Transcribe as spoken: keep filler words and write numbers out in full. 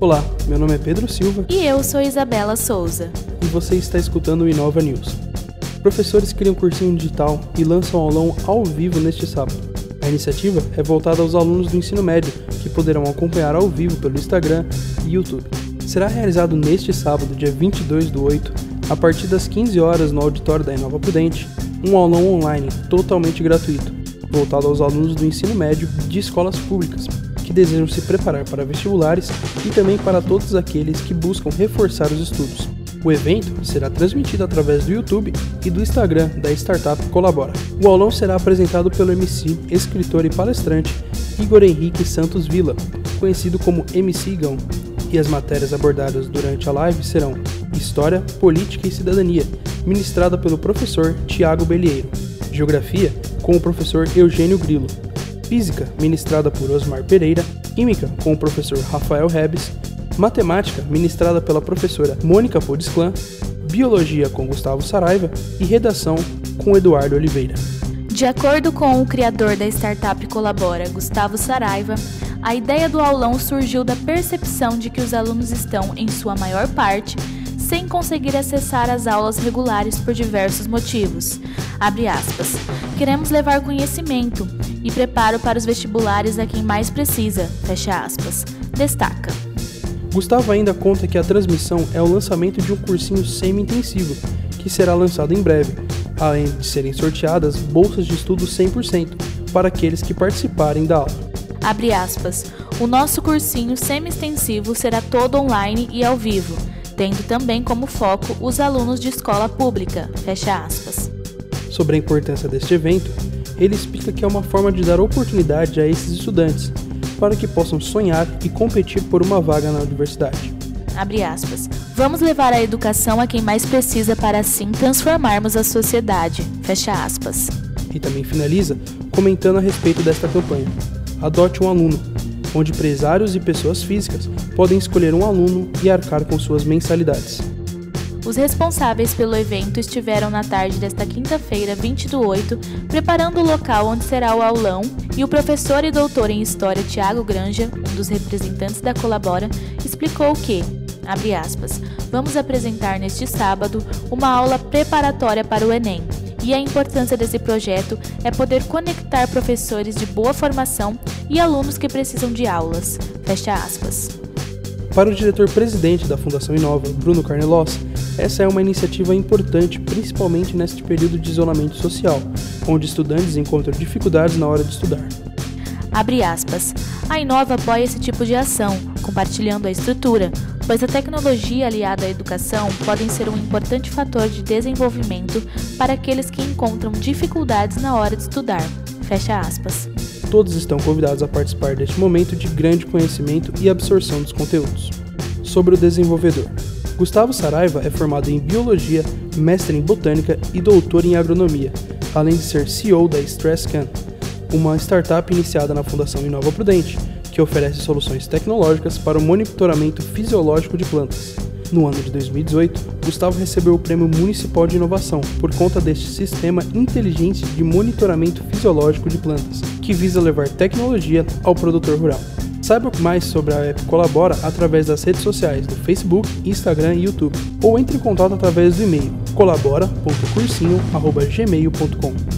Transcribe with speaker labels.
Speaker 1: Olá, meu nome é Pedro Silva.
Speaker 2: E eu sou Isabela Souza.
Speaker 1: E você está escutando o Inova News. Professores criam cursinho digital e lançam aulão ao vivo neste sábado. A iniciativa é voltada aos alunos do ensino médio, que poderão acompanhar ao vivo pelo Instagram e YouTube. Será realizado neste sábado, dia vinte e dois do oito, a partir das quinze horas no auditório da Inova Prudente, um aulão online totalmente gratuito, voltado aos alunos do ensino médio de escolas públicas, que desejam se preparar para vestibulares e também para todos aqueles que buscam reforçar os estudos. O evento será transmitido através do YouTube e do Instagram da startup Colabora. O aulão será apresentado pelo M C, escritor e palestrante Igor Henrique Santos Villa, conhecido como M C Igão, e as matérias abordadas durante a live serão História, Política e Cidadania, ministrada pelo professor Tiago Belieiro, Geografia, com o professor Eugênio Grilo, Física, ministrada por Osmar Pereira, Química, com o professor Rafael Rebes, Matemática, ministrada pela professora Mônica Podesclan, Biologia, com Gustavo Saraiva e Redação, com Eduardo Oliveira.
Speaker 2: De acordo com o criador da startup Colabora, Gustavo Saraiva, a ideia do aulão surgiu da percepção de que os alunos estão, em sua maior parte, sem conseguir acessar as aulas regulares por diversos motivos. Abre aspas. Queremos levar conhecimento e preparo para os vestibulares a quem mais precisa. Fecha aspas. Destaca.
Speaker 1: Gustavo ainda conta que a transmissão é o lançamento de um cursinho semi-intensivo, que será lançado em breve, além de serem sorteadas bolsas de estudo cem por cento para aqueles que participarem da aula.
Speaker 2: Abre aspas. O nosso cursinho semi-extensivo será todo online e ao vivo, tendo também como foco os alunos de escola pública. Fecha aspas.
Speaker 1: Sobre a importância deste evento, ele explica que é uma forma de dar oportunidade a esses estudantes, para que possam sonhar e competir por uma vaga na universidade.
Speaker 2: Abre aspas. Vamos levar a educação a quem mais precisa para assim transformarmos a sociedade. Fecha aspas.
Speaker 1: E também finaliza comentando a respeito desta campanha. Adote um aluno, onde empresários e pessoas físicas podem escolher um aluno e arcar com suas mensalidades.
Speaker 2: Os responsáveis pelo evento estiveram na tarde desta quinta-feira, vinte do oito, preparando o local onde será o aulão, e o professor e doutor em História Tiago Granja, um dos representantes da Colabora, explicou que, abre aspas, vamos apresentar neste sábado uma aula preparatória para o Enem, e a importância desse projeto é poder conectar professores de boa formação e alunos que precisam de aulas. Fecha aspas.
Speaker 1: Para o diretor-presidente da Fundação Inova, Bruno Carnelós, essa é uma iniciativa importante, principalmente neste período de isolamento social, onde estudantes encontram dificuldades na hora de estudar.
Speaker 2: Abre aspas. A Inova apoia esse tipo de ação, compartilhando a estrutura, pois a tecnologia aliada à educação podem ser um importante fator de desenvolvimento para aqueles que encontram dificuldades na hora de estudar. Fecha aspas.
Speaker 1: Todos estão convidados a participar deste momento de grande conhecimento e absorção dos conteúdos. Sobre o desenvolvedor. Gustavo Saraiva é formado em Biologia, mestre em Botânica e doutor em Agronomia, além de ser C E O da StressScan, uma startup iniciada na Fundação Inova Prudente, que oferece soluções tecnológicas para o monitoramento fisiológico de plantas. No ano de dois mil e dezoito, Gustavo recebeu o Prêmio Municipal de Inovação por conta deste sistema inteligente de monitoramento fisiológico de plantas, que visa levar tecnologia ao produtor rural. Saiba mais sobre a app Colabora através das redes sociais do Facebook, Instagram e YouTube, ou entre em contato através do e-mail colabora ponto cursinho arroba gmail ponto com.